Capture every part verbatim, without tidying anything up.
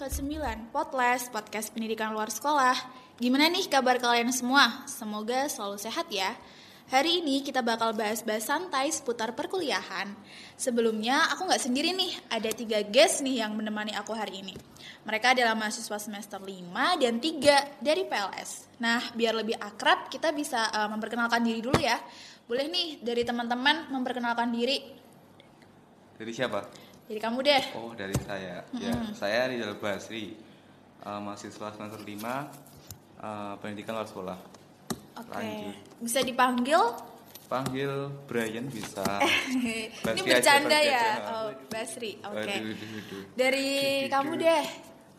episode sembilan Podcast, Podcast Pendidikan Luar Sekolah. Gimana nih kabar kalian semua? Semoga selalu sehat ya. Hari ini kita bakal bahas-bahas santai seputar perkuliahan. Sebelumnya aku gak sendiri nih, ada tiga guest nih yang menemani aku hari ini. Mereka adalah mahasiswa semester lima dan tiga dari P L S. Nah, biar lebih akrab kita bisa uh, memperkenalkan diri dulu ya. Boleh nih dari teman-teman memperkenalkan diri. Dari siapa? Dari kamu deh. Oh, dari saya. Mm-hmm. Ya, saya Rizal Basri, uh, mahasiswa semester lima, uh, pendidikan luar sekolah. Oke. Okay. Bisa dipanggil? Panggil Brian bisa. Ini bercanda ya. Aja. Oh, Basri. Oke. Okay. Dari duh, kamu duh. deh.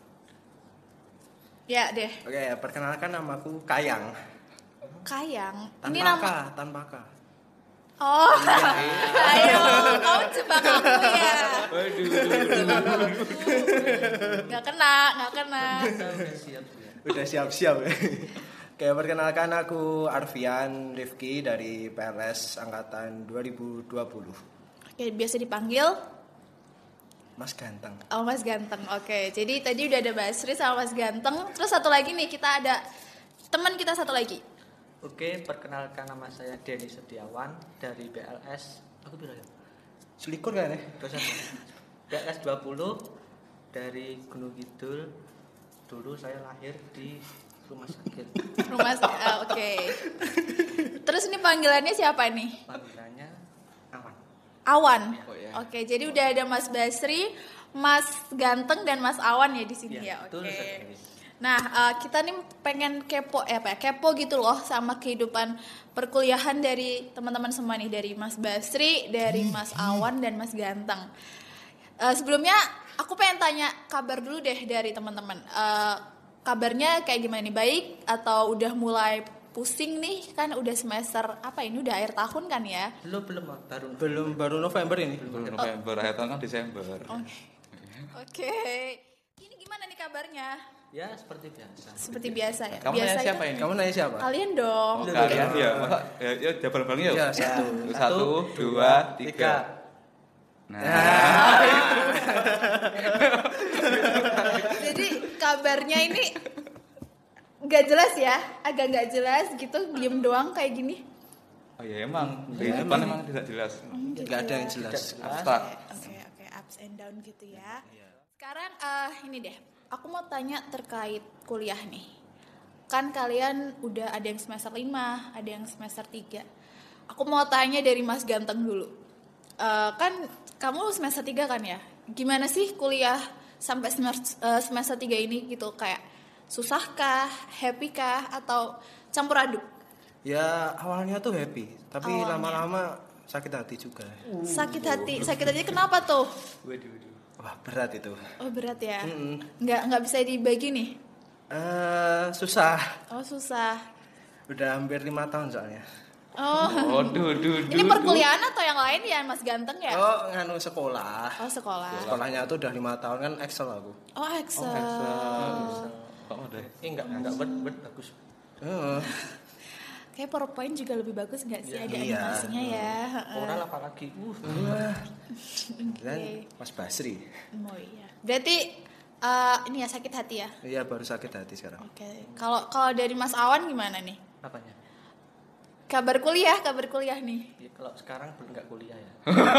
Ya deh. Oke, okay, perkenalkan namaku Kayang. Kayang. Tanpa Ini nama K, tanpa K. Oh, ayo, kamu coba kamu ya. Waduh, nggak kena, nggak kena. Udah siap-siap. Oke, perkenalkan aku Arfian Rifki dari P L S angkatan dua ribu dua puluh. Oke, biasa dipanggil Mas Ganteng. Oh, Mas Ganteng. Oke, jadi tadi udah ada Basri sama Mas Ganteng. Terus satu lagi nih, kita ada teman kita satu lagi. Oke, perkenalkan nama saya Denny Setiawan dari P L S. Aku bilang ya. Selikur kan ya? P L S dua puluh dari Gunung Kidul. Dulu saya lahir di rumah sakit. Rumah sakit. Uh, Oke. Okay. Terus ini panggilannya siapa nih? Panggilannya Awan. Awan. Oh, ya. Oke, okay, jadi udah ada Mas Basri, Mas Ganteng dan Mas Awan ya di sini ya. ya. Oke. Okay. Nah, uh, kita nih pengen kepo eh apa ya? Kepo gitu loh sama kehidupan perkuliahan dari teman-teman semua nih, dari Mas Basri, dari Mas Awan dan Mas Ganteng. Uh, sebelumnya aku pengen tanya kabar dulu deh dari teman-teman. Uh, kabarnya kayak gimana nih? Baik atau udah mulai pusing nih? Kan udah semester apa ini? Udah akhir tahun kan ya? Belum belum baru belum baru November ini. Belum November, oh. Akhir tahun kan Desember. Oke. Okay. Oke. Okay. Ini gimana nih kabarnya? Ya seperti biasa. Seperti biasa ya. Kamu biasa nanya siapa itu? ini? Kamu nanya siapa? Kalian dong. Oh, kalian ya. Masa ya, ya jawaban bareng ya. Ya, satu. Satu, satu, dua, tiga. tiga. Nah. nah. Jadi kabarnya ini nggak jelas ya, agak nggak jelas gitu, diem doang kayak gini. Oh ya emang, ya, depan emang tidak jelas. Hmm, gitu nggak ya. ada yang jelas. Abstrak. Oke, oke, ups and down gitu ya. Sekarang uh, ini deh. Aku mau tanya terkait kuliah nih. Kan kalian udah ada yang semester lima, ada yang semester tiga. Aku mau tanya dari Mas Ganteng dulu. Uh, kan kamu semester tiga kan ya? Gimana sih kuliah sampai semester, uh, semester tiga ini gitu? Kayak susahkah, happy kah, atau campur aduk? Ya awalnya tuh happy, tapi awalnya. Lama-lama sakit hati juga. Uh. Sakit hati, sakit hati kenapa tuh? Waduh, waduh. Wah berat itu. Oh berat ya. Mm-mm. Nggak nggak bisa dibagi nih. Uh, susah. Oh susah. Udah hampir lima tahun soalnya. Oh. Oh duh, duh, Ini perkuliahan atau yang lain ya Mas Ganteng ya? Oh nganu sekolah. Oh sekolah. Sekolahnya tuh udah lima tahun kan Excel aku. Oh Excel. Oh Excel. Oh deh. Eh enggak enggak word word bagus. Uh. Kayak PowerPoint juga lebih bagus nggak sih? Ya, ada iya. animasinya ya. Oral apalagi. Uh. Uh. Okay. Dan Mas Basri. Oh iya. Berarti uh, ini ya sakit hati ya? Iya baru sakit hati sekarang. Oke. Okay. Kalau kalau dari Mas Awan gimana nih? Apanya? Kabar kuliah, kabar kuliah nih. Ya, kalau sekarang belum nggak kuliah ya.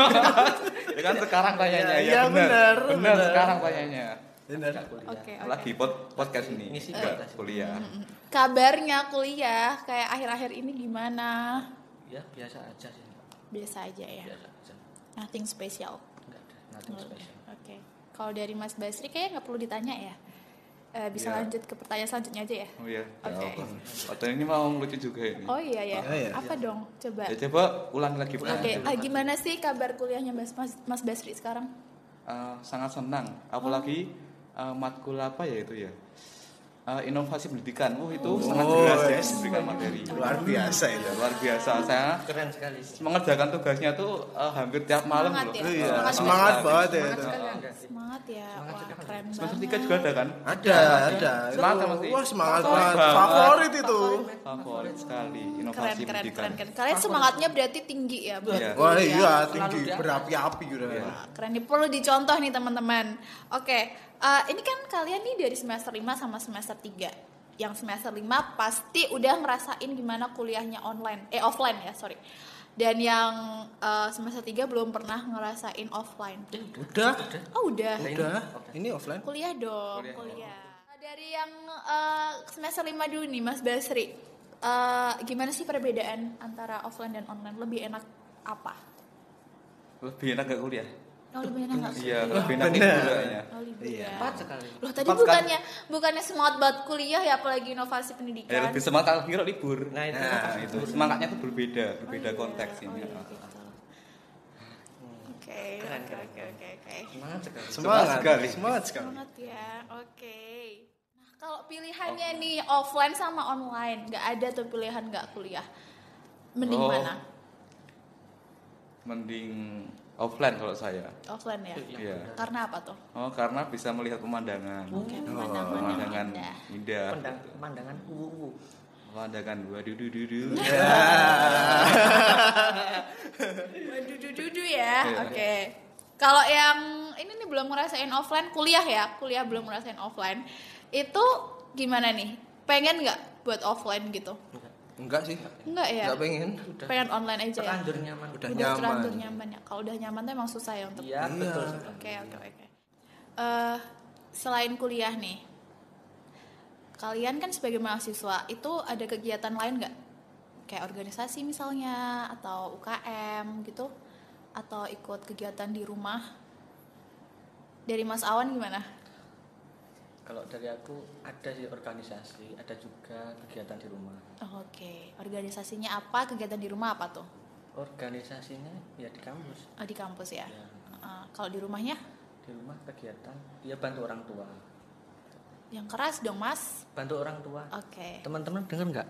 Ya kan sekarang tanyanya ya, ya, benar. benar. Benar, benar sekarang tanyanya. Benar. Oke. Okay, Lagi pod, podcast ini. Ngisi enggak kuliah. Mm-mm. Kabarnya kuliah kayak akhir-akhir ini gimana? Ya biasa aja sih. Biasa aja ya. Biasa aja. Nothing special. Enggak ada, nothing special. Oke. Okay. Kalau dari Mas Basri kayaknya nggak perlu ditanya ya. Uh, bisa ya. Lanjut ke pertanyaan selanjutnya aja ya. Oh iya. Oke. Okay. Pertanyaan ini mau lucu juga ini. Oh iya ya. Oh, iya. Apa ya. dong? Coba. Ya coba ulang lagi. Oke. Okay. Uh, gimana sih kabar kuliahnya Mas Mas, Mas Basri sekarang? Uh, sangat senang. Apalagi oh. uh, matkul apa ya itu ya? Uh, inovasi pendidikan. Oh itu oh, sangat jelas ya diberikan materi. Luar biasa itu. Ya, luar biasa. Saya keren sekali. Mengerjakan tugasnya tuh uh, hampir tiap malam semangat loh. ya? Iya, semangat, semangat banget ya Semangat itu. sekali, enggak sih? Semangat ya. Semangat Wah, juga keren Keren semester banget. tiga juga ada kan? Ada, ada. Semangat Itu- pasti. Wah, semangat Favorit banget. banget. Favorit itu. Favorit sekali Keren, inovasi keren, pendidikan. keren, keren. Kalian semangatnya berarti tinggi ya, buat Iya. Wah, kuliah. iya, Selalu tinggi, di atas. berapi-api gitu. Iya. Wah, keren nih, perlu dicontoh nih teman-teman. Oke, eh, ini kan kalian nih dari semester lima sama semester tiga. Yang semester lima pasti udah ngerasain gimana kuliahnya online, eh offline ya, sorry. Dan yang eh, semester tiga belum pernah ngerasain offline. Udah, Oh, udah. udah. Ini offline. Kuliah dong, Kuliah. kuliah. Dari yang eh, semester lima dulu nih, Mas Basri. Eh, gimana sih perbedaan antara offline dan online? Lebih enak apa? Lebih enak gak kuliah? Oh, lebih enak nggak? Iya, lebih enak itu Bener. kayaknya. Oh, libur Iya. ya. Tepat sekali. Loh, tadi Tepat bukannya bukannya semangat banget kuliah ya, apalagi inovasi Ya, pendidikan. lebih semangat kalau kira libur. Nah, itu. Nah, itu semangatnya tuh berbeda, Oh, berbeda iya. konteks Oh, ini. iya, gitu. Oke, Keren, oke, keren, oke, oke, oke. Semangat sekali. Semangat sekali. Semangat sekali. Semangat ya, oke. Nah, kalau pilihannya nih offline sama online, nggak ada tuh pilihan nggak kuliah. Mending Oh. mana? Mending offline kalau saya. Offline ya. Iya. Karena apa tuh? Oh, karena bisa melihat pemandangan. Oke, Oh, pemandangan yang Pemandangan indah. indah. Pendang, pemandangan uwu. Pemandangan waduh duh duh duh. Waduh, dudu ya. Iya. Oke. Kalau yang ini nih belum ngerasain offline, kuliah ya, kuliah belum ngerasain offline. Itu gimana nih? Pengen nggak buat offline gitu? Enggak sih. Enggak ya? Enggak pengen. Udah. Pengen online aja ya. Terlanjur nyaman. Udah Udah nyaman. terlanjur nyaman ya. Kalau udah nyaman tuh emang susah ya untuk. Iya, Iya. betul. Oke, oke, oke. Eh, selain kuliah nih, kalian kan sebagai mahasiswa itu ada kegiatan lain nggak? Kayak organisasi misalnya, atau U K M gitu, atau ikut kegiatan di rumah? Dari Mas Awan gimana? Kalau dari aku ada sih organisasi, ada juga kegiatan di rumah. Oh, Oke, organisasinya apa? Kegiatan di rumah apa tuh? Organisasinya ya di kampus. Oh, di kampus ya. Ya. Eh, kalau di rumahnya, Di rumah kegiatan ya bantu orang tua. yang keras dong Mas. Bantu orang tua. Oke. Teman-teman dengar nggak?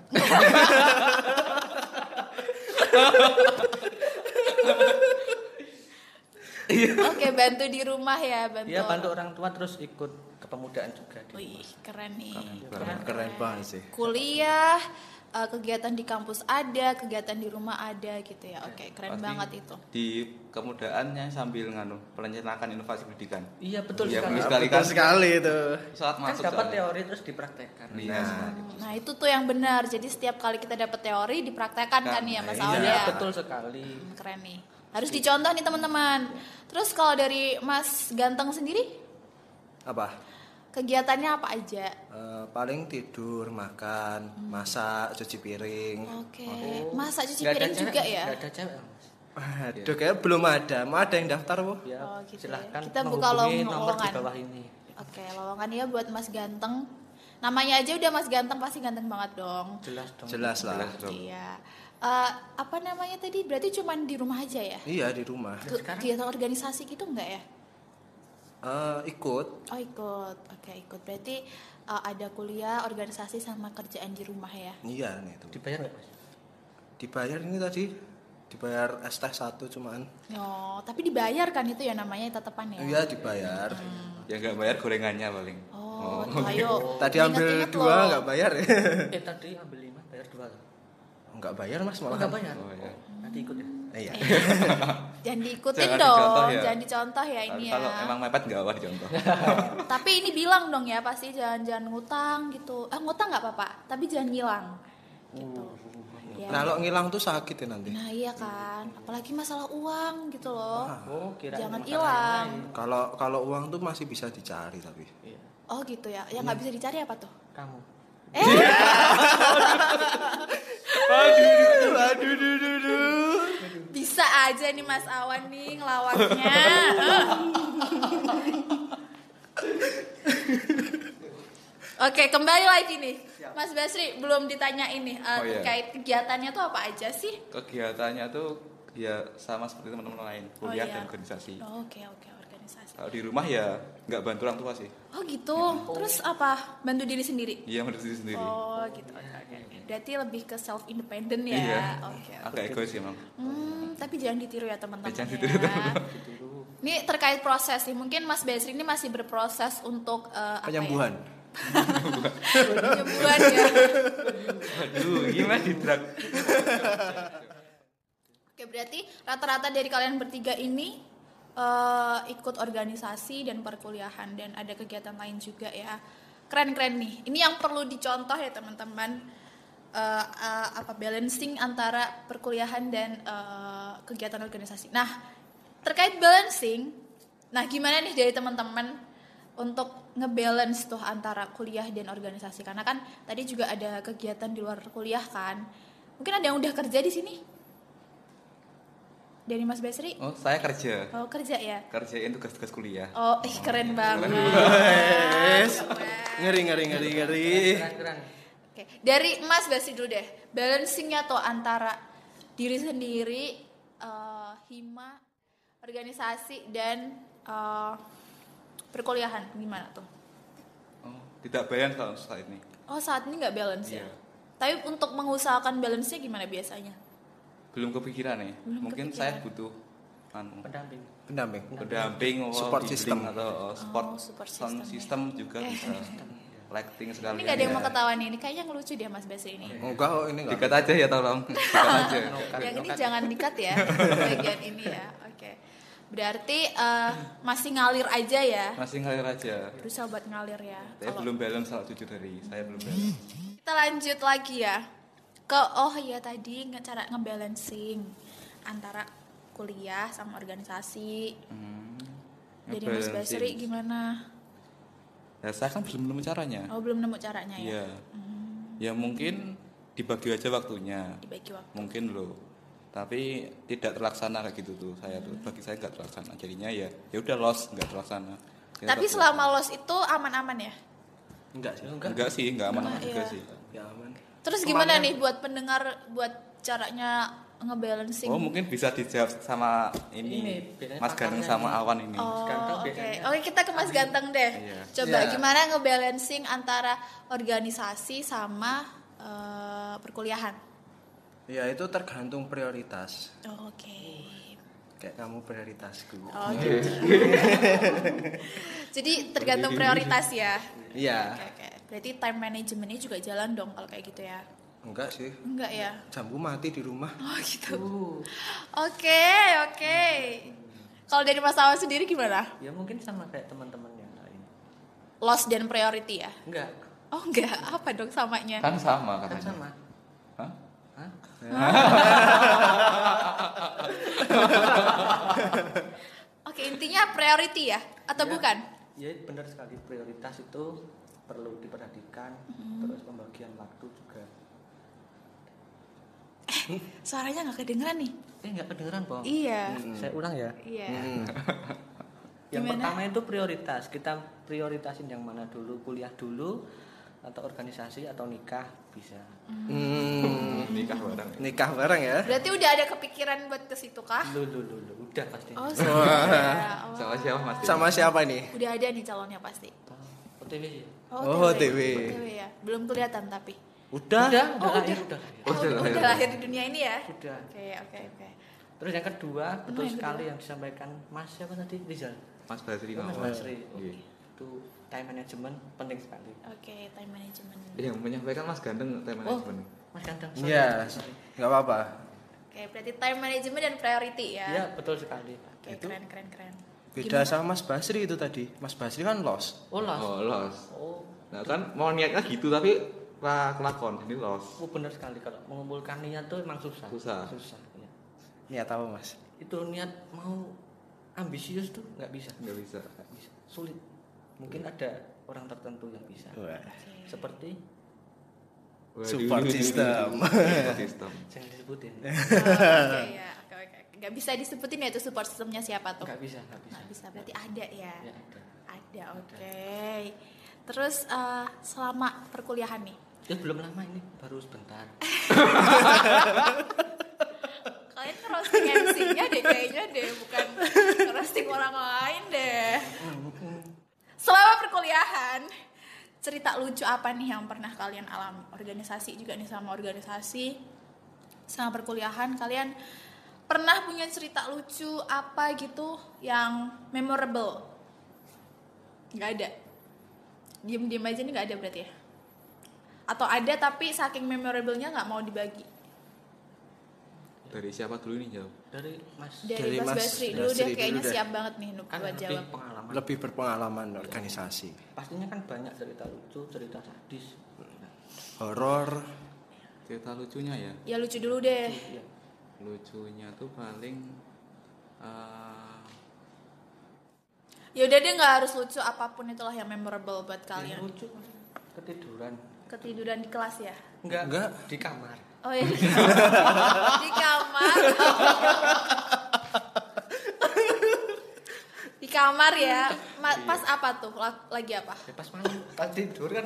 Oke, bantu di rumah ya, bantu. Iya, bantu orang tua terus ikut kepemudaan juga di Wih, rumah. keren nih. Keren, keren banget sih. Kuliah, eh, kegiatan di kampus ada, kegiatan di rumah ada gitu ya. Oke, keren Pasti banget itu. Di kemudaannya sambil nganu perencanaan inovasi pendidikan. Iya, betul Iya, sekali. betul sekali. Betul sekali itu. Saat Kan masuk dapat soalnya. teori terus dipraktekkan. Iya, Nah. sekali. Nah, itu tuh yang benar. Jadi setiap kali kita dapat teori dipraktekkan kan ya Mas Iya, Awan Iya, ya. betul sekali. Hmm, Keren nih. Harus dicontoh nih teman-teman. Terus kalau dari Mas Ganteng sendiri, Apa? kegiatannya apa aja? Eh, paling tidur, makan, masak, cuci piring. Oke. Masak cuci Nggak ada piring cewek, juga ya? nggak ada cewek, Mas. Aduh, kayak belum ada. Mau ada yang daftar, Bu? Ya, Oh, gitu ya. silahkan Kita buka menghubungi lowong- nomor di lowongan. bawah ini. Oke, lowongan ya buat Mas Ganteng. Namanya aja udah Mas Ganteng, pasti ganteng banget dong. Jelas dong. Jelas lah. Jelas dong. Iya. Eh, apa namanya tadi? Berarti cuman di rumah aja ya? Iya, di rumah. Ke- Kegiatan organisasi gitu enggak ya? Eh, ikut. Oh ikut, oke ikut. Berarti eh, ada kuliah, organisasi sama kerjaan di rumah ya? Iya, nih itu. Dibayar nggak, Mas? Dibayar ini tadi. Dibayar es teh satu cuman. Oh, tapi dibayar kan itu ya namanya tetepan ya? Iya, dibayar. Ya nggak bayar gorengannya paling. Oh, tuh, ayo. Tadi ambil Ingat-ingat dua loh. nggak bayar. Eh, tadi ambil lima, bayar dua. Nggak bayar, Mas, Oh, malah. nggak bayar. Oh, ya. Nanti ikut ya. Iya. Jangan diikutin Jangan dong, dicontoh ya. jangan dicontoh ya ini ya. Kalau emang mepet nggak apa dicontoh. Tapi ini bilang dong ya pasti jangan jangan ngutang gitu. Ah ngutang nggak apa-apa, tapi jangan ngilang. Gitu. Ya. Nah, kalau ngilang tuh sakit ya nanti. Nah iya kan, apalagi masalah uang gitu loh. Oh, kira Jangan hilang. Kalau kalau uang tuh masih bisa dicari tapi. Iya. Oh gitu ya, yang nggak bisa dicari apa tuh? Kamu. Eh, Aduh, aduh, aduh, aduh, aduh. bisa aja nih Mas Awan nih ngelawaknya. Oke, kembali lagi nih. Mas Basri belum ditanya ini uh, Oh, iya. terkait kegiatannya tuh apa aja sih? Kegiatannya tuh ya sama seperti teman-teman lain, kuliah iya. dan organisasi. Oh, Oke, oke, organisasi. Kalau di rumah ya nggak bantu orang tua sih. Oh gitu. Terus apa? Bantu diri sendiri? Iya, menurut diri sendiri. Oh gitu. Oke, oke, oke. Berarti lebih ke self independent ya. Iya. Oke. oke. Agak egois emang. Hmm, tapi jangan ditiru ya teman-teman. Jangan ya. ditiru, teman-teman. Ditiru. Ini terkait proses sih. Mungkin Mas Basri ini masih berproses untuk uh, penyembuhan. Penyembuhan ya. Aduh, gimana di drag? Oke, berarti rata-rata dari kalian bertiga ini uh, ikut organisasi dan perkuliahan dan ada kegiatan lain juga ya. Keren-keren nih. Ini yang perlu dicontoh ya teman-teman. Uh, uh, apa balancing antara perkuliahan dan uh, kegiatan organisasi. Nah, terkait balancing, nah gimana nih dari teman-teman untuk ngebalance tuh antara kuliah dan organisasi? Karena kan tadi juga ada kegiatan di luar kuliah kan. Mungkin ada yang udah kerja di sini? Dari Mas Basri? Oh, saya kerja. Oh, kerja ya? Kerjain tugas-tugas kuliah. Oh, ih keren banget. Yes. Ngeri ngeri ngeri ngeri. Keren-keren. Oke, dari Mas Basri dulu deh. Balancingnya tuh antara diri sendiri, uh, hima, organisasi dan uh, perkuliahan gimana tuh? Oh, tidak balance kalau saat ini. Oh, saat ini nggak balance ya? Iya. Tapi untuk mengusahakan balance-nya gimana biasanya? Belum kepikiran nih. Belum Mungkin kepikiran. saya butuh anu, Pendamping. Pendamping. pendamping, oh, Support di system. link atau oh, support, Oh, support sound system, system juga bisa. Lighting sekali. Ini nggak ada yang mau ketawa nih, ini kayaknya ngelucu deh Mas Basri ini. Enggak kok ini enggak. Dikat aja ya tolong. Dikat aja. Yang ini jangan dikat ya, bagian ini ya. Oke. Berarti uh, masih ngalir aja ya? Masih ngalir aja. Berusaha buat ngalir ya. Saya Kalau- belum balance kalau jujur dari saya belum balance. Kita lanjut lagi ya ke oh ya tadi nge- cara ngebalancing antara kuliah sama organisasi. Hmm, Jadi Mas ngebalancing. Basri gimana? Ya, saya kan belum nemu caranya. Oh belum nemu caranya ya? Iya. Ya mungkin dibagi aja waktunya. Dibagi waktu. Mungkin loh. Tapi tidak terlaksana kayak gitu tuh. Saya tuh bagi saya nggak terlaksana. Jadinya ya ya udah lost, nggak terlaksana. Ya, Tapi tetap- selama los itu aman-aman ya? Enggak sih. enggak sih, enggak aman-aman Enggak, juga iya. sih. Ya aman. Terus gimana nih buat pendengar buat caranya ngebalancing? Oh, mungkin bisa dijawab sama Ini, ini, biasanya Mas Ganteng pakarnya sama ini. Awan ini. Oh, Ganteng oke. biasanya. Oke, kita ke Mas Ganteng deh. Iya. Coba Iya. gimana ngebalancing antara organisasi sama eh, perkuliahan? Ya itu tergantung prioritas. Oh, oke. Kayak kamu prioritasku. Oh, gitu. Jadi tergantung prioritas ya. Iya. Oke, oke. Berarti time managementnya juga jalan dong kalau kayak gitu ya? Enggak sih. Enggak ya? Jambu mati di rumah. Oh gitu. Uh, Oke, oke. Kalau dari Mas Awan sendiri gimana? ya mungkin sama kayak teman-teman yang lain. Loss dan priority ya? Enggak, Oh enggak, apa dong samanya? Kan sama kan katanya. sama. Hah? Hah? Oke, intinya priority ya? Atau Ya. bukan? Ya benar sekali, prioritas itu perlu diperhatikan. Terus pembagian waktu juga. Suaranya nggak kedengeran nih. Eh nggak kedengeran, Bang. Iya. Saya ulang ya. Iya. Hmm. Yang Gimana? pertama itu prioritas. Kita prioritasin yang mana dulu, kuliah dulu atau organisasi atau nikah bisa. Hmm. Nikah bareng. Nikah bareng ya. Berarti udah ada kepikiran buat ke situ kah? Lu lu lu, lu. Udah pasti. Oh, sudah. Oh. Sama siapa Mas? Sama siapa nih? Udah ada nih calonnya pasti. O T W sih. Oh, O T W. O T W ya. Belum kelihatan tapi. Udah. Udah, Oh, udah lahir, udah. udah lahir. Oh, udah udah, lahir. lahir di dunia ini ya? Sudah. Oke, oke, oke. Terus yang kedua, betul yang sekali kedua. yang disampaikan Mas siapa tadi? Rizal. Mas Basri Oh, Mas Awan. Basri. Iya. Itu time management penting sekali. Oke, time management. Yang menyampaikan Mas Ganteng time Oh, management. Mas Ganteng. sorry, Iya. sorry. Enggak apa-apa. Oke, berarti time management dan priority ya? Iya, betul sekali. Oke, Itu keren, keren, keren. Beda sama Mas Basri itu tadi. Mas Basri kan lost. Oh, las. Oh, los. Oh, Nah, kan mau niatnya gitu tapi lah kelakon ini los. oh benar sekali kalau mengumpulkan niat tuh emang susah. Susah. Susah. Ya. Niat apa Mas? Itu niat mau ambisius tuh nggak bisa. Nggak bisa. Nggak bisa. Sulit. Mungkin ada orang tertentu yang bisa. Wah. Seperti Waduh. Support system. Support system. jangan disebutin. Oh, oke ya, oke, oke. Nggak bisa disebutin ya itu support systemnya siapa tuh? Nggak bisa, nggak bisa. Nggak bisa, berarti ada ya? Ya, ada. Ada, oke. Terus eh, selama perkuliahan nih, Ya belum lama ini, baru sebentar. kalian roasting M C-nya deh kayaknya deh, bukan roasting orang lain deh. Selama perkuliahan, cerita lucu apa nih yang pernah kalian alami? Organisasi juga nih, sama organisasi, sama perkuliahan kalian pernah punya cerita lucu apa gitu yang memorable? Nggak ada. Diem-diem aja nih nggak ada berarti ya? Atau ada tapi saking memorable-nya nggak mau dibagi? Dari siapa dulu nih jawab? Dari Mas Dari, Dari Mas Mas Basri dulu Basri deh, dulu kayaknya deh. siap banget nih Nuk kan buat lebih jawab. pengalaman. Lebih berpengalaman organisasi. Pastinya kan banyak cerita lucu, cerita sadis. Horor. Cerita lucunya ya. Ya lucu dulu deh. Iya. Lucunya tuh paling uh, Ya udah deh, nggak harus lucu, apapun itulah yang memorable buat Yang kalian. lucu Mas. Ketiduran. Ketiduran di kelas ya? Enggak, Enggak. di kamar. Oh iya, di kamar. Di kamar. Di kamar ya. Ma- pas apa tuh? La- Lagi apa? Ya pas malam, pas tidur kan.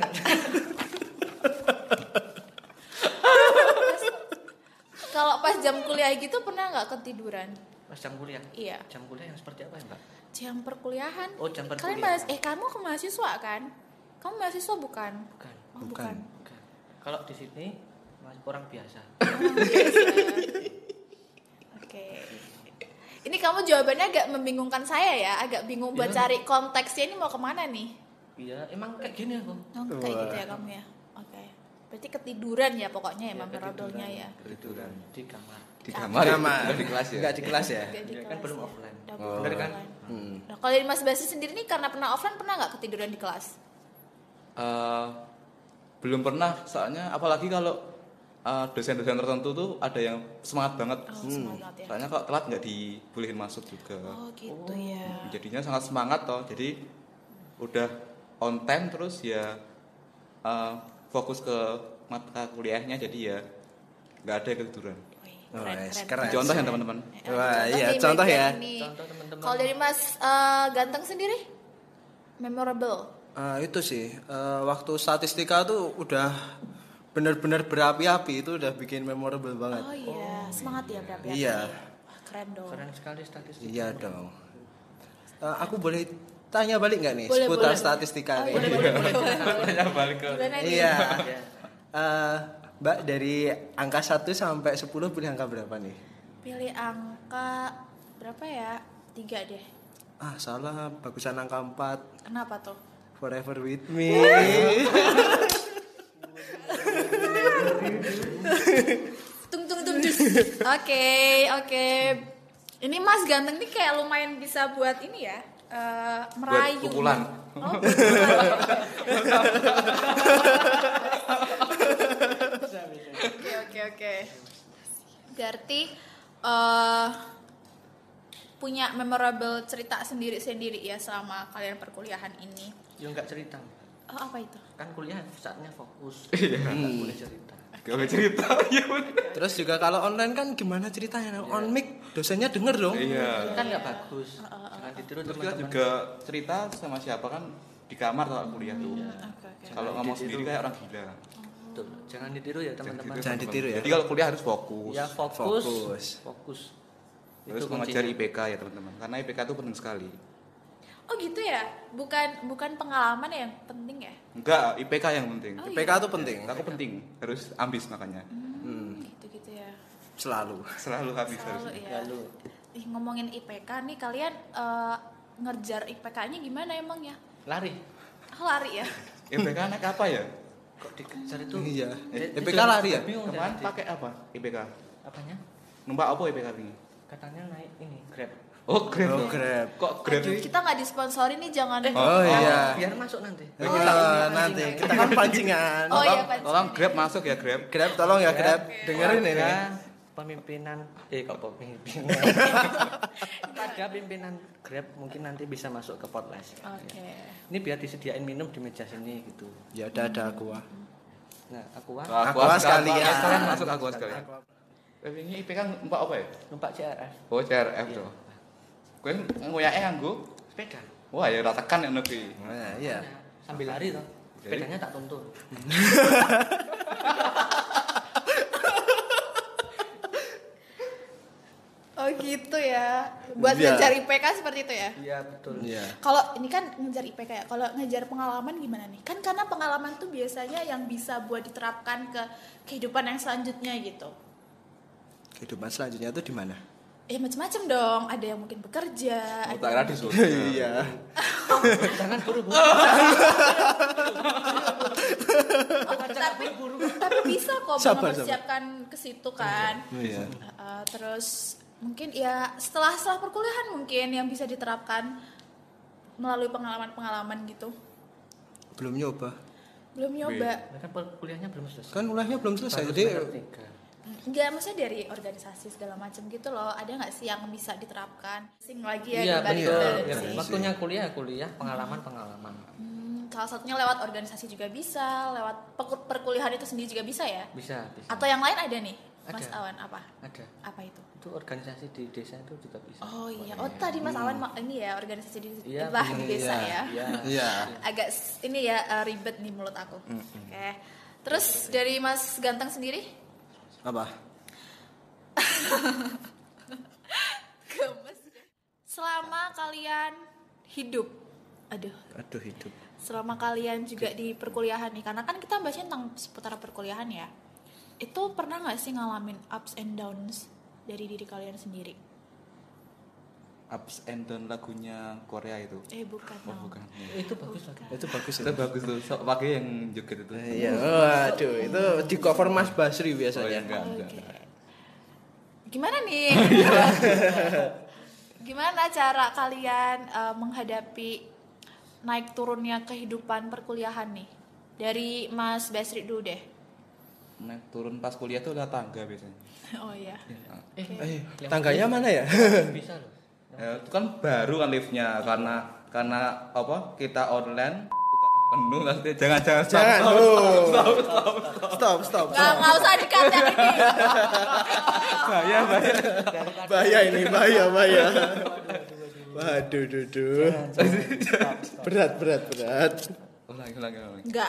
Kalau pas jam kuliah gitu pernah nggak ketiduran? Pas jam kuliah. Iya. Jam kuliah yang seperti apa ya, Mbak? Jam perkuliahan. Oh, jam Kalian perkuliahan. mas- eh kamu ke mahasiswa kan? Kamu mahasiswa bukan? Bukan. Oh, Bukan. bukan. Bukan. Kalau di sini masih orang biasa. Orang biasa. Oke. Ini kamu jawabannya agak membingungkan saya ya, agak bingung buat Iya. cari konteksnya ini mau kemana nih? Iya, emang kayak gini aku. Oh, kayak Wah. gitu ya kamu ya. Oke. Berarti ketiduran ya pokoknya ya, Iya, memorable-nya ya. Ketiduran. Di kamar. di kamar, ya? Kamar. Bukan di kelas ya. Enggak di kelas ya? Udah di Iya, kan kelas belum ya. offline. Udah Oh. belum Kan? offline. Hmm. Nah, kalau dari Mas Basi sendiri nih karena pernah offline pernah nggak ketiduran di kelas? Eh, belum pernah, soalnya apalagi kalau eh, dosen-dosen tertentu tuh ada yang semangat banget. Oh, semangat ya. Soalnya kalau telat nggak dibolehin masuk juga. Oh, gitu ya. Jadinya sangat semangat toh. Jadi udah on time terus ya eh, fokus ke mata kuliahnya, jadi ya nggak ada ketiduran. Wih, Oh, keren, yes, keren, keren. Contoh ya keren. teman-teman. Eh, Wah, contoh iya, nih, contoh bagian ya. ini. Contoh teman-teman. Kalau dari Mas eh, Ganteng sendiri, memorable. Ah, itu sih eh, waktu statistika tuh udah benar-benar berapi-api, itu udah bikin memorable banget. Oh iya, semangat ya berarti. Iya. Wah, keren dong. Keren sekali statistik. Iya dong. Eh, aku boleh tanya balik nggak nih Boleh, seputar boleh. statistika Oh, nih? boleh, boleh, boleh, boleh, boleh. Tanya balik ke Gimana nih? Iya. Iya. Eh, Mbak, dari angka satu sampai sepuluh pilih angka berapa nih? Pilih angka berapa ya? Tiga deh. Ah, salah, bagusan angka empat. Kenapa tuh? Forever with me. Tung tung tung dus. Oke, oke. Ini Mas Ganteng nih kayak lumayan bisa buat ini ya. eh, merayu. pukulan. Oh, pukulan. Oke, oke, oke. Berarti eh punya memorable cerita sendiri-sendiri ya selama kalian perkuliahan ini. Ya enggak cerita. Oh, apa itu? Kan kuliah saatnya fokus. Iya. Enggak boleh cerita. Gak boleh cerita. Iya bener. Terus juga kalau online kan gimana ceritanya? On mic dosennya denger dong. Iya. Kan enggak bagus. Jangan ditiru Terus kita teman-teman. juga cerita sama siapa kan di kamar atau kuliah tuh. Oke, oke. Kalau ngomong sendiri kayak orang gila. Betul. Jangan ditiru ya teman-teman. Jangan ditiru ya. Jadi kalau kuliah harus fokus. Ya fokus. Fokus. Fokus. Terus Itu mengejar kuncinya. I P K ya teman-teman. Karena I P K itu penting sekali. Oh gitu ya? Bukan bukan pengalaman yang penting ya? Enggak, I P K yang penting. Oh, I P K tuh penting. Aku penting, harus ambis makanya. Hmm, Gitu-gitu ya. selalu. Selalu habis Selalu harus. ya. Lalu. Ih, ngomongin I P K nih kalian eh, ngerjar I P K-nya gimana emang ya? Lari. Oh, lari ya? I P K naik apa ya? Kok dikejar itu? Iya. Eh, I P itu K lari ya? bingung saya Kemarin nanti. pakai apa I P K? Apanya? Numpak apa I P K ini? Katanya naik ini Grab. Oh, Grab. Oh, Grab. Kok Grab Aduh, sih? kita nggak disponsori nih jangan. Oh, iya. Biar masuk nanti. Oh, Kita nanti pancingan. kita kan pancingan. Oh, iya, Tolong, pancingan. tolong Grab masuk ya Grab. Grab tolong ya Grab. Dengerin ini. Pada pemimpinan eh kok pemimpinan. Pada pimpinan Grab mungkin nanti bisa masuk ke podcast. Oke. Ini biar disediain minum di meja sini gitu. Ya udah ada aku. Nah, aku wah Aku Aqua sekalian. Sekalian masuk aku sekalian. Tapi ini I P K numpak apa ya? numpak C R F Oh, C R F Iya. tuh. Kowe ngoyake nganggo sepeda. wah ya ora tekan nek kuwi. Nah, iya. Nah, sambil lari toh. Sepedanya tak tuntun. Oh gitu ya. Buat Iya. ngejar I P K seperti itu ya? Iya, betul. Iya. Kalau ini kan ngejar I P K ya. Kalau ngejar pengalaman gimana nih? Kan karena pengalaman tuh biasanya yang bisa buat diterapkan ke kehidupan yang selanjutnya gitu. Kehidupan selanjutnya tuh di mana? Eh macam-macam dong, ada yang mungkin bekerja, Oh, ada tak yang kira di mungkin- surga. Iya. Jangan buru-buru. Oh, tapi tapi bisa kok Sabar, mempersiapkan ke situ kan. Iya. Uh, terus mungkin ya setelah setelah perkuliahan mungkin yang bisa diterapkan melalui pengalaman-pengalaman gitu. Belum nyoba. Belum nyoba. Nah, kan kuliahnya belum selesai. Kan kuliahnya belum selesai. Baru Jadi semester tiga. Enggak, maksudnya dari organisasi segala macam gitu loh. Ada nggak sih yang bisa diterapkan? Sing lagi ya Iya dibalik betul. dari Ya, sini. waktunya kuliah kuliah pengalaman-pengalaman. Hmm, salah satunya lewat organisasi juga bisa, lewat peku- perkuliahan itu sendiri juga bisa ya. Bisa, bisa. Atau yang lain ada nih, Mas Ada. Awan apa? Ada. Apa itu? Itu organisasi di desa itu juga bisa. Oh iya, oh tadi Mas Awan ma- ini ya organisasi di, Iya, lah, di iya. desa ya. Iya. iya. Agak s- ini ya eh, ribet nih mulut aku. Oke. Terus dari Mas Ganteng sendiri? Apa? Gemes. Selama kalian hidup, aduh, Aduh hidup. selama kalian juga di perkuliahan nih, karena kan kita bahasnya tentang seputar perkuliahan ya. Itu pernah nggak sih ngalamin ups and downs dari diri kalian sendiri? Ups and down lagunya Korea itu. Eh bukan. Oh, no. bukan. Itu bagus lah. Itu bagus Itu bagus tuh. So, pakai yang joget itu. Iya, waduh, itu di cover Mas Basri Oh, biasanya. ya, enggak, enggak. Oke. Gimana nih? Gimana cara kalian uh, menghadapi naik turunnya kehidupan perkuliahan nih? Dari Mas Basri dulu deh. Naik turun pas kuliah tuh lewat tangga biasanya. Oh iya. Eh, Eh, yang tangganya mana ya? bisa loh. Ya, itu kan baru kan liftnya karena karena apa kita online bukan penuh nanti jangan jangan stop, Jangan, stop, oh. stop, stop, Stop, stop, Nggak, stop. nggak usah dikat yang ini. bahaya bahaya Bahaya ini, bahaya, bahaya. Waduh, duh, duh. Berat, berat, berat. ulangi ulangi ulangi Enggak.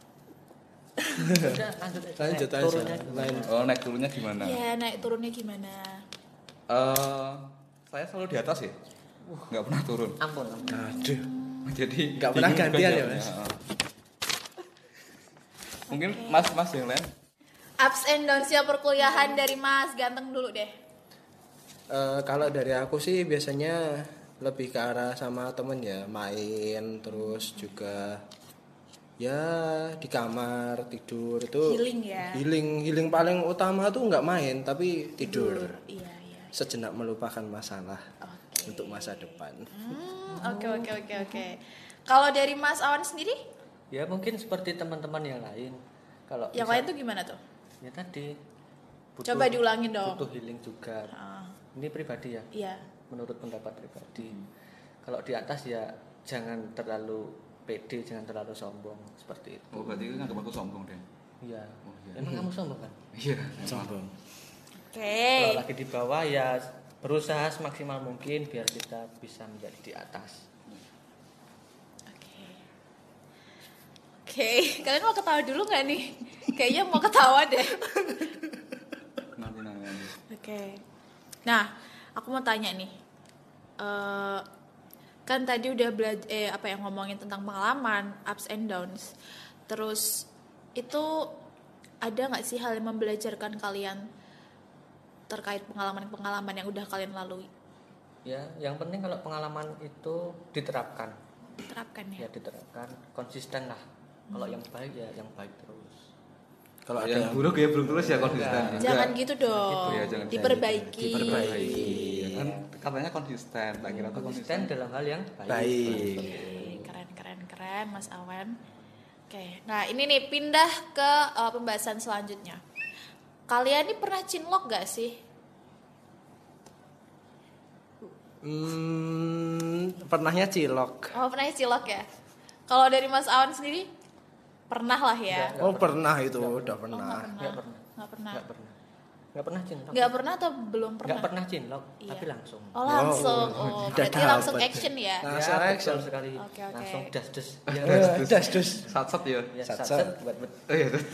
Udah, lanjut aja. Lanjut Eh, aja. turunnya gimana? Lain. oh naik turunnya gimana Ya naik turunnya gimana? Eh, saya selalu di atas ya nggak pernah turun Ampun, ampun. Aduh. jadi Nggak pernah bingung gantian juga ya, Mas? jawabnya. Mungkin mas mas yang lain Ups and downs-nya perkuliahan dari Mas Ganteng dulu deh. Eh, kalau dari aku sih biasanya lebih ke arah sama temen ya, main terus juga ya di kamar tidur itu Healing ya. healing healing paling utama tuh nggak main tapi tidur, Iya iya. sejenak melupakan masalah Oke. untuk masa depan. Hmm, Oke oke oke oke. Kalau dari Mas Awan sendiri, Ya mungkin seperti teman-teman yang lain. Kalau yang misal- lain tuh gimana tuh? ya tadi Coba diulangin dong. Butuh healing juga. Ah, Ini pribadi ya, iya. menurut pendapat pribadi. Kalau di atas ya jangan terlalu pede, jangan terlalu sombong seperti itu. oh berarti kan aku sombong deh Iya. Oh, iya. Emang kamu sombong kan? iya Sombong. Oke. Kalau lagi di bawah ya berusaha semaksimal mungkin biar kita bisa menjadi di atas. Oke. Oke, kalian mau ketawa dulu nggak nih? Kayaknya mau ketawa deh. nanti nanti nanti. Oke. Nah, aku mau tanya nih. Eh, kan tadi udah belajar eh apa yang ngomongin tentang pengalaman, ups and downs. Terus itu ada nggak sih hal yang membelajarkan kalian terkait pengalaman-pengalaman yang udah kalian lalui? Ya, yang penting kalau pengalaman itu diterapkan. Terapkan Ya ya. diterapkan, konsisten lah. Kalau yang baik ya yang baik terus. Kalau ada yang yang buruk ya belum terus ya konsisten Jangan gitu dong. Gitu ya, jangan Diperbaiki. Diperbaiki. Ya kan katanya konsisten tak kira tuh Konsisten dalam hal yang baik. baik. Oke, keren keren keren Mas Awan. Oke, nah ini nih pindah ke uh, pembahasan selanjutnya. Kalian ini pernah cinlok gak sih? Hmm, pernahnya cilok. Oh pernah cilok ya? Kalau dari Mas Awan sendiri pernah lah ya? Oh pernah itu, udah Oh, nggak pernah. Nggak pernah. Nggak pernah. Nggak pernah. Nggak pernah cinlok. Nggak pernah atau belum pernah? Nggak pernah cinlok, Iya. tapi langsung. Oh langsung. Oh, Oh, udah berarti langsung dapet. action ya? Nah, Ya, Langsung betul action. sekali. Oke, oke. Langsung das des. Ya, Eh, Das dus. sat sat ya ya Sat, sat sat. sat buat buat. oh iya tuh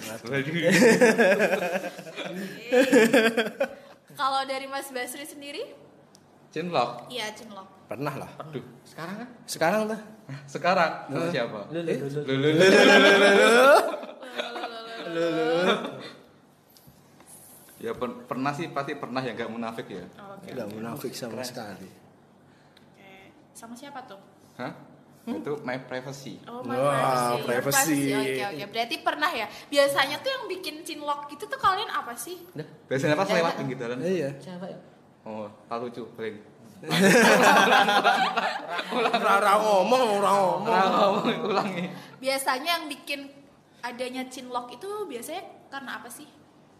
Kalau dari Mas Basri sendiri? cinlok Iya cinlok. Pernah lah. aduh Sekarang kan? Sekarang tuh. sekarang sama siapa Lu lu lu. lu. Lu, lu, lu. Ya per- pernah sih, pasti pernah ya, nggak munafik ya. Oh, oke. Nggak munafik sama Keren. sekali. Oke. Sama siapa tuh? Hah? Itu my privacy. Oh, my Wah, privacy. Your privacy. Oke, oke. Berarti pernah ya? Biasanya tuh yang bikin cinlok gitu tuh kalian apa sih? Dah, Biasanya pas Ya, lewat ya. pinggir jalan. Iya. siapa ya? Oh, tak lucu, paling. Orang ngomong, orang ngomong. Orang ngomong ulangi. Biasanya yang bikin adanya cinlok itu biasanya karena apa sih?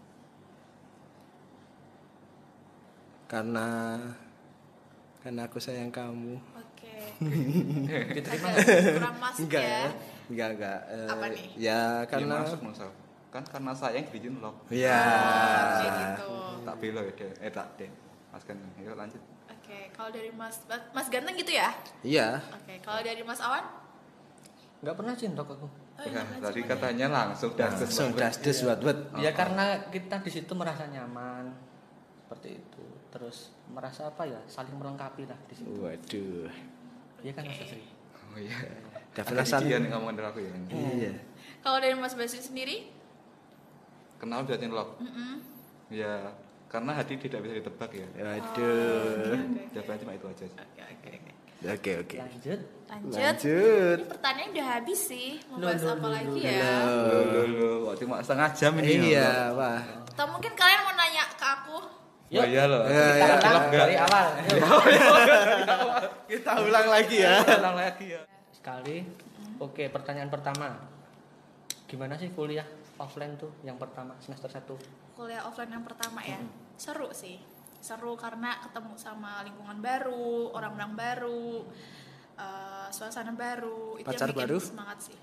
Karena karena aku sayang kamu. Oke. Diterima Agak kurang masuk Enggak ya. ya. Enggak, enggak. Eh, Apa nih? Ya Karena karena masuk, masuk. Kan karena sayang bikin lock. ya. Kayak gitu. Tak belo ya, deh. eh tak deh. Mas kan, ayo lanjut. Oke, kalau dari Mas Mas Ganteng gitu ya? Iya. Oke, kalau dari Mas Awan? nggak pernah cintok aku. Oh, Ya, iya, tadi cuman katanya langsung das Langsung dasdes buat buat. Ya karena kita di situ merasa nyaman seperti itu. Terus merasa apa ya? Saling melengkapi lah di situ. Waduh. Iya kan Mas Asri? Oh iya. Udah Ada perasaan. dia nih ngomongin dari aku ya. Iya. Kalau dari Mas Basri sendiri? Kenal udah lock. Mm-mm. Ya, karena hati tidak bisa ditebak ya. Waduh. Jawabannya cuma itu aja. Oke, oke, oke. Oke, oke. Lanjut. Lanjut. Lanjut. Ini pertanyaan udah habis sih. Mau Loh, bahas loh, apa loh, lagi loh, ya? Loh, loh, loh. Wah, cuma setengah jam ini. Iya, wah. Atau mungkin kalian mau nanya ke aku? Oh iya loh. Ya, Kita ya. ulang Enggak. dari awal. Yuk. Kita ulang lagi ya. Ulang lagi ya. Sekali. Oke, pertanyaan pertama. Gimana sih kuliah offline tuh yang pertama semester satu? Kuliah offline yang pertama ya. Seru sih. Seru karena ketemu sama lingkungan baru, orang-orang baru, eh, suasana baru. Itu Pacar yang bikin baru? semangat sih.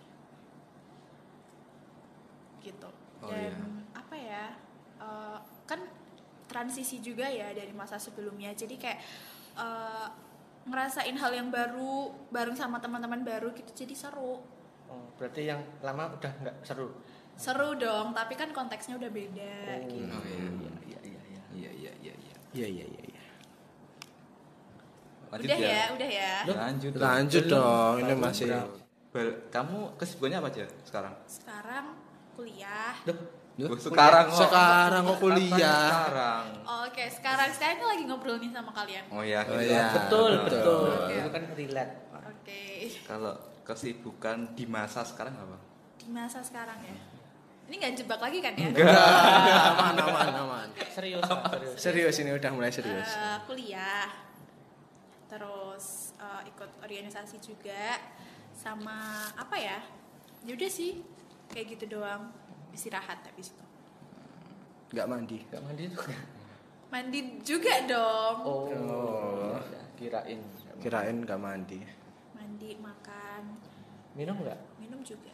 Gitu. Oh, Dan iya. apa ya? eh, kan transisi juga ya dari masa sebelumnya. Jadi kayak eh, ngerasain hal yang baru bareng sama teman-teman baru gitu. Jadi seru. Oh, berarti yang lama udah nggak seru. Seru dong, tapi kan konteksnya udah beda gitu. Oh iya. Iya, iya, iya. Iya, iya, iya, iya. Iya, iya, iya, iya. Lanjut Udah ya, udah ya. Lanjut. dong. Lanjut dong, ini masih Bal- Kamu kesibukannya apa aja sekarang? Sekarang kuliah. Duh, Duh, Oh, sekarang kok. sekarang kok Katanya kuliah. Sekarang. Oke, sekarang saya ini lagi ngobrol nih sama kalian. Oh iya. Oh gitu. iya. betul, betul. betul. Oke. Itu kan relate. Oke. Kalau kesibukan di masa sekarang apa? Di masa sekarang ya. Ini nggak jebak lagi kan ya? Aman, aman, aman. Serius, Mas, serius. Serius ini udah mulai serius. Eh, kuliah. Terus eh, ikut organisasi juga. Sama apa ya? Ya udah sih. Kayak gitu doang. Istirahat habis itu. Nggak mandi. Gak mandi tuh. Mandi juga dong. Oh, Oh. ya, kirain. Kirain nggak mandi. Mandi, makan, Minum nggak? minum juga.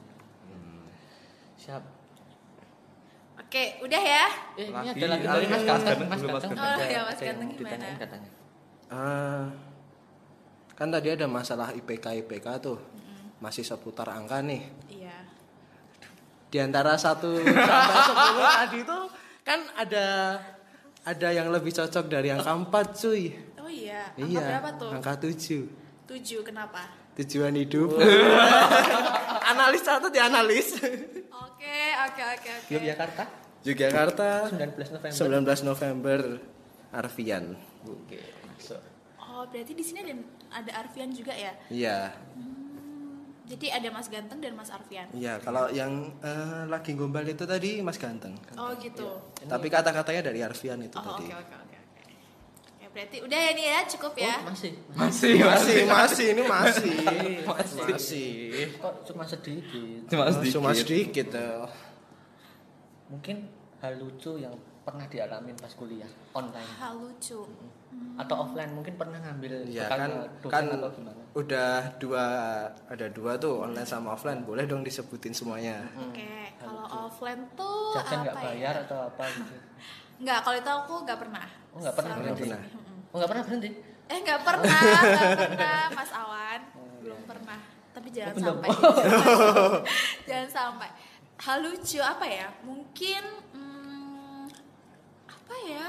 Siap. Oke, udah ya. Eh, ini Lagi, ada lagi lagi, dari Mas Mas Ganteng. Ganteng Mas dulu, Mas Ganteng. Ganteng. Oh, ada- ya, Mas ada yang Ganteng mau gimana? ditanyain katanya. Ah, kan tadi ada masalah I P K I P K tuh. Masih seputar angka nih. Iya. Di antara satu sampai sepuluh tadi tuh kan ada ada yang lebih cocok dari angka empat cuy. Oh iya. Angka Iya. berapa tuh? Angka tujuh. Tujuh. Kenapa? Tujuan hidup. Analis satu dianalis. Oke, oke, oke, oke. Yogyakarta Yogyakarta sembilan belas November. sembilan belas November Arfian. Oke, masuk. Oh, berarti di sini ada ada Arfian juga ya? Iya. Jadi ada Mas Ganteng dan Mas Arfian. Iya, kalau yang eh, lagi gombal itu tadi Mas Ganteng. Oh, gitu. Tapi kata-katanya dari Arfian itu Oh, tadi. oke, oke, oke, oke. Ya, berarti udah ya nih ya, cukup ya. Oh, masih. Masih, Masih, masih, ini masih. Masih. Kok cuma sedikit. Cuma sedikit. Cuma sedikit. eh. Mungkin hal lucu yang pernah dialamin pas kuliah online Hal lucu. atau offline mungkin pernah ngambil Ya bekal kan, dosen kan atau gimana? udah dua ada dua tuh online sama offline, boleh dong disebutin semuanya. Oke, kalau offline tuh Jajan nggak apa bayar ya? atau apa gitu? Nggak, kalau itu aku nggak pernah. Oh, nggak pernah Sampai berhenti. di sini. Mm-mm. Oh nggak pernah berhenti? Eh nggak pernah, nggak pernah Mas Awan, belum pernah. Tapi jangan Oh, belum. sampai, jangan sampai. Hal lucu apa ya? Mungkin hmm, apa ya?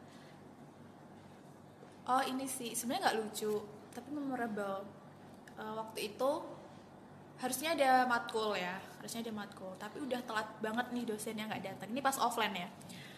Oh ini sih sebenarnya nggak lucu, tapi memorable. Eh, waktu itu harusnya ada matkul ya, harusnya ada matkul. Tapi udah telat banget nih dosennya nggak datang. Ini pas offline ya.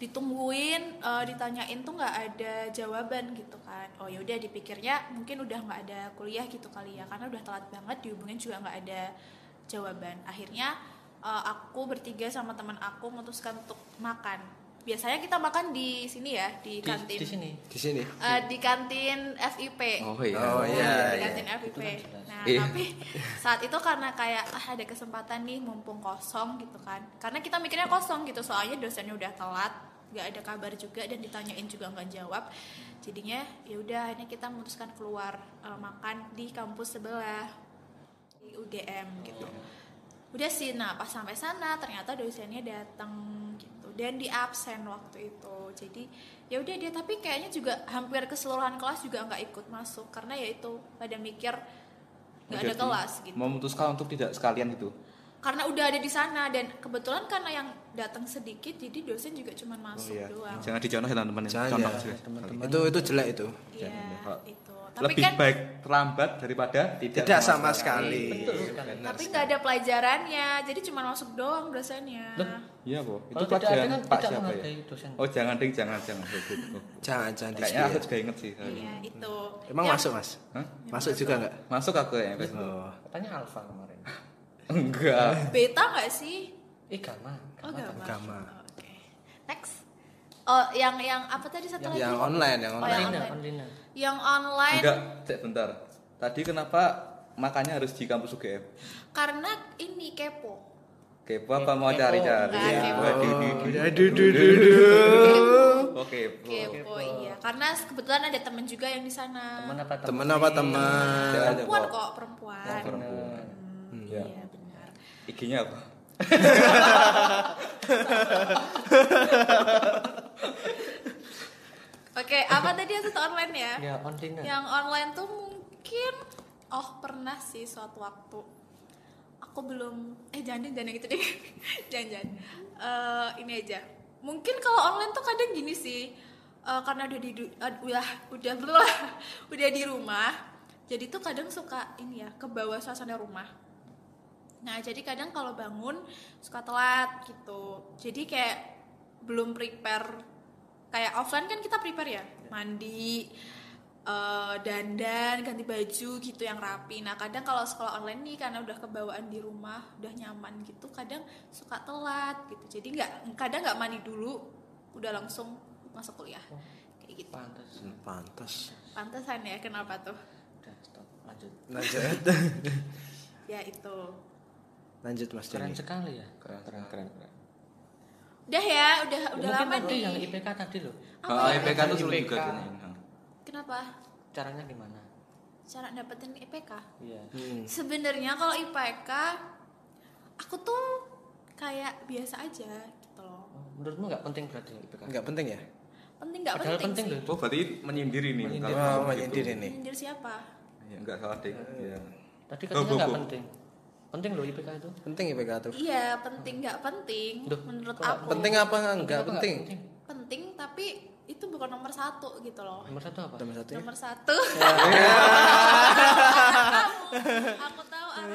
ditungguin, uh, ditanyain tuh nggak ada jawaban gitu kan. Oh ya udah dipikirnya mungkin udah nggak ada kuliah gitu kali ya, karena udah telat banget, dihubungin juga nggak ada jawaban. Akhirnya uh, aku bertiga sama teman aku memutuskan untuk makan. Biasanya kita makan di sini ya, di kantin. Di, di sini. Di sini. Uh, di kantin F I P. Oh iya. Oh iya. Di iya. kantin F I P. Nah, Iya. tapi saat itu karena kayak ah ada kesempatan nih mumpung kosong gitu kan. Karena kita mikirnya kosong gitu, soalnya dosennya udah telat, nggak ada kabar juga dan ditanyain juga nggak jawab. Jadinya ya udah akhirnya kita memutuskan keluar uh, makan di kampus sebelah di U G M gitu. Udah sih, nah pas sampai sana ternyata dosennya datang gitu dan di absen waktu itu. Jadi ya udah dia, tapi kayaknya juga hampir keseluruhan kelas juga nggak ikut masuk karena ya itu pada mikir nggak ada Jadi, kelas gitu. memutuskan untuk tidak sekalian gitu. Karena udah ada di sana dan kebetulan karena yang datang sedikit jadi dosen juga cuma masuk Oh iya. doang. Jangan dicontoh ya teman-teman. Jangan, Contoh ya. aja. Teman-teman. Itu itu jelek itu. Iya, Kalau- itu. Tapi Lebih kan baik terlambat daripada tidak, Tidak sama sekali. Betul sekali. tapi nggak ada pelajarannya, jadi cuma masuk doang dosennya. Iya, Bu. Itu Kalau tidak ada pelajaran kan Pak tidak siapa ya? menghargai dosen. Oh, jangan ding, jangan, jangan. Oh. Jangan jangan di Kayaknya aku sini. juga inget sih. Iya, itu. Emang Yang- masuk, Mas? Hah? Masuk juga enggak? Masuk aku ya, Mas. Oh. Katanya alfa kemarin. Enggak. Beta nggak sih? Eh gamma. Oh, Gamma. gamma. Gamma. Oh, oke. Next. Oh, yang yang apa tadi satu lagi? Yang online, yang Oh, online. yang Online. online. Online. Yang online Enggak, cek bentar. Tadi kenapa makannya harus di kampus U G M? karena ini kepo. Kepo apa mau Kepo. cari-cari? Enggak, kepo. Waduh, Oh, duh, duh. aduh, duh, duh, duh. Oke, Kepo, iya. Karena kebetulan ada temen juga yang di sana. Teman apa Temen apa teman? Jangan. Perempuan kok. kok, perempuan. Oh, perempuan. Hmm, Iya. iya, benar. I G-nya apa? Oke, apa tadi yang satu online ya? Ya online. Yang online tuh mungkin oh pernah sih suatu waktu aku belum eh jangan deh, jangan yang itu deh. jangan jangan. Eh, ini aja. Mungkin kalau online tuh kadang gini sih. eh, karena udah di du- eh, udah udah belah, udah di rumah. Jadi tuh kadang suka ini ya, ke bawah suasana rumah. Nah, jadi kadang kalau bangun suka telat gitu. Jadi kayak belum prepare. Kayak offline kan kita prepare ya, mandi, eh, dandan, ganti baju gitu yang rapi. Nah kadang kalau sekolah online nih karena udah kebawaan di rumah, udah nyaman gitu, kadang suka telat gitu. Jadi nggak, kadang nggak mandi dulu, udah langsung masuk kuliah, kayak gitu. Pantas. Pantas. Pantesan ya, kenapa tuh? Udah stop. Lanjut. Lanjut. Ya itu. Lanjut Mas Keren Denny. sekali ya. Keren, keren, keren. keren. Udah ya, udah udah Mungkin lama tadi nih. yang I P K tadi loh. Apa Kalau ya? I P K itu sulit I P K. juga gini. Kenapa? Caranya gimana? Cara dapetin I P K? Iya. Hmm. Sebenarnya kalau I P K aku tuh kayak biasa aja gitu loh. Oh, menurutmu nggak penting berarti I P K? Enggak penting ya? Penting nggak Padahal penting, penting sih? loh. Oh, berarti menyindir ini. Menyindir. kalau Oh, begitu. menyindir ini. Menyindir siapa? Ya, enggak salah deh. Ya. Tadi Oh, katanya Bu, nggak Bu. penting. Penting loh I P K itu. Penting I P K tuh. Iya penting nggak penting Duh, menurut kok nggak aku. Penting apa enggak apa penting? nggak Penting tapi itu bukan nomor satu gitu loh. Nomor satu apa? Nomor satu ya? Nomor satu. Aku tahu aku.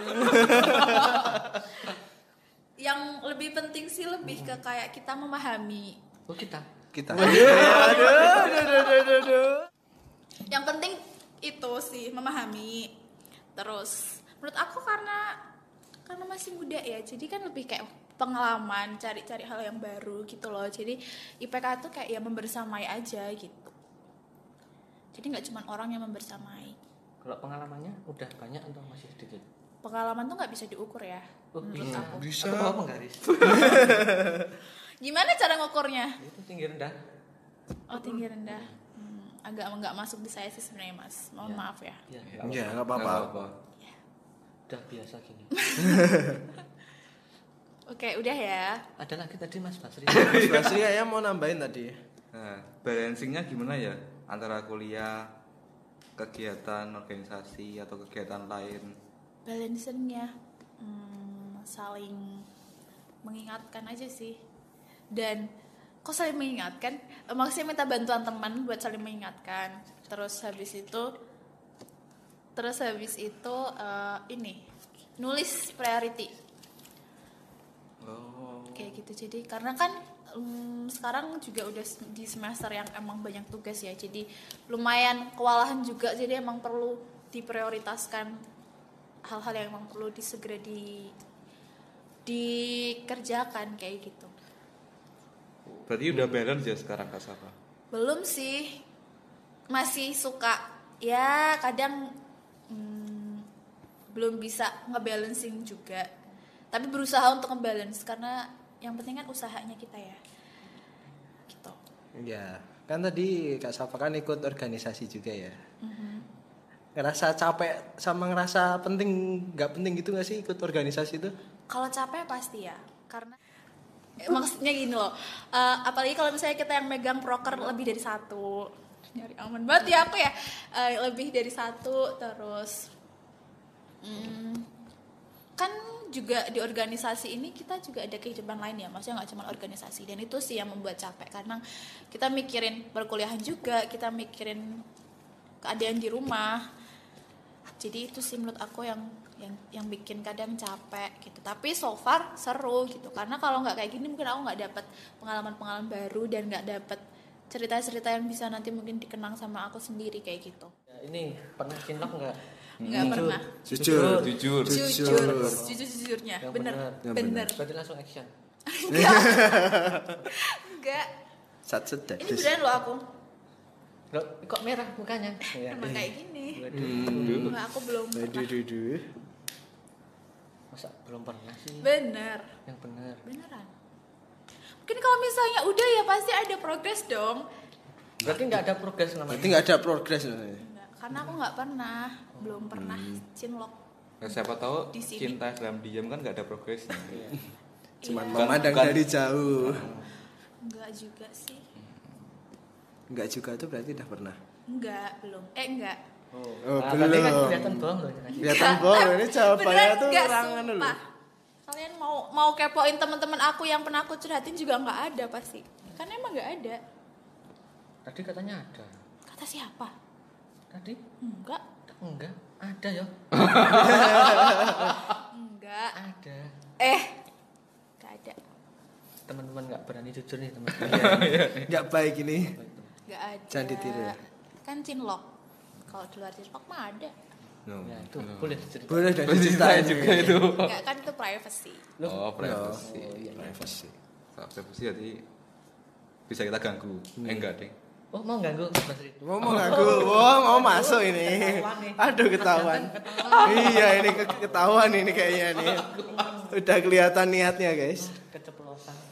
Yang lebih penting sih lebih ke kayak kita memahami. Oh kita. Kita. Yang penting itu sih memahami. Terus menurut aku karena karena masih muda ya, jadi kan lebih kayak pengalaman, cari-cari hal yang baru gitu loh. Jadi I P K itu kayak ya membersamai aja gitu. Jadi nggak cuma orang yang membersamai. Kalau pengalamannya udah banyak atau masih sedikit? Pengalaman tuh nggak bisa diukur ya. Oh, menurut bisa. aku. Bisa. Aku bawa penggaris. Gimana cara ngukurnya? Itu tinggi rendah. Oh tinggi rendah. Hmm, agak nggak masuk di saya sih sebenarnya mas. Mohon Ya. maaf ya. Ya, Ya, enggak apa-apa. udah biasa gini. Oke udah ya. Ada lagi tadi Mas Basri. Mas Basri ya mau nambahin tadi. Nah, balancingnya gimana ya antara kuliah, kegiatan organisasi atau kegiatan lain? Balancingnya hmm, saling mengingatkan aja sih. Dan kok saling mengingatkan? Eh, maksudnya minta bantuan teman buat saling mengingatkan. Terus habis itu, terus habis itu eh, ini nulis priority. Oh. Kayak gitu. Jadi karena kan um, sekarang juga udah di semester yang emang banyak tugas ya, jadi lumayan kewalahan juga, jadi emang perlu diprioritaskan hal-hal yang emang perlu disegera di dikerjakan kayak gitu. Berarti udah balance ya sekarang Kak Safa? Belum sih, masih suka ya kadang hmm, belum bisa ngebalancing juga, tapi berusaha untuk ngebalance karena yang penting kan usahanya kita ya gitu. Ya kan tadi Kak Safa kan ikut organisasi juga ya. Mm-hmm. Ngerasa capek sama ngerasa penting nggak penting gitu nggak sih ikut organisasi itu? Kalau capek pasti ya, karena eh, maksudnya gini loh, uh, apalagi kalau misalnya kita yang megang proker lebih dari satu, nyari aman banget ya aku ya, uh, lebih dari satu terus, hmm, kan juga di organisasi ini kita juga ada kehidupan lain ya, maksudnya nggak cuma organisasi, dan itu sih yang membuat capek karena kita mikirin perkuliahan juga, kita mikirin keadaan di rumah, jadi itu sih menurut aku yang yang yang bikin kadang capek gitu. Tapi so far seru gitu, karena kalau nggak kayak gini mungkin aku nggak dapat pengalaman-pengalaman baru dan nggak dapat cerita-cerita yang bisa nanti mungkin dikenang sama aku sendiri kayak gitu. Ya, ini pernah cinlok nggak? Nggak pernah. Jujur, jujur, Jujur, jujur jujurnya, Yang bener, bener. bener. Berarti langsung action. Enggak, Sat sedek. ini beneran loh aku. Loh, kok merah mukanya? Ya. Emang kayak gini. Waduh. Nggak, aku belum Aduh, pernah. aduh, aduh. Masa belum pernah sih? Bener, Yang benar. beneran. Mungkin kalau misalnya udah ya pasti ada progres dong. Berarti nggak ada progres namanya. Berarti nggak ada progres namanya. Enggak, karena aku nggak pernah, belum pernah cinlok. Nah, siapa tahu Di sini. cinta dalam diam kan nggak ada progresnya. Cuman Iya. memandang Bukan- dari jauh. Enggak juga sih. Enggak juga itu berarti udah pernah. Enggak, belum. Eh enggak. Oh, Oh, nah, tadi kan belum. kelihatan bohong loh. Kelihatan bohong ini jawabannya Beneran tuh enggak, rangan loh. sumpah. Kalian mau mau kepoin teman-teman aku yang pernah aku curhatin juga enggak ada pasti. Karena emang enggak ada. Tadi katanya ada. Kata siapa? Tadi Enggak. enggak ada ya. Enggak. Ada. Eh. Enggak ada. Teman-teman nggak berani jujur nih teman-teman. Enggak baik ini. Enggak ada. Jangan ditiru ya. Kan cinlok. Kalau di luar cinlok mah ada. No. Ya itu boleh cerita. Boleh dan Ceritain ceritain juga itu. Enggak, kan itu privacy. Oh, privacy. Oh, iya, privacy. Kalau privacy jadi bisa kita ganggu. Eh enggak deh. Oh mau ganggu Mas Ri? Mau mau ngaku, oh, mau masuk ini. Ketahuan nih. Aduh ketahuan. Ketahuan. Iya ini ke- ketahuan ini kayaknya nih. Udah kelihatan niatnya guys. Keceplosan.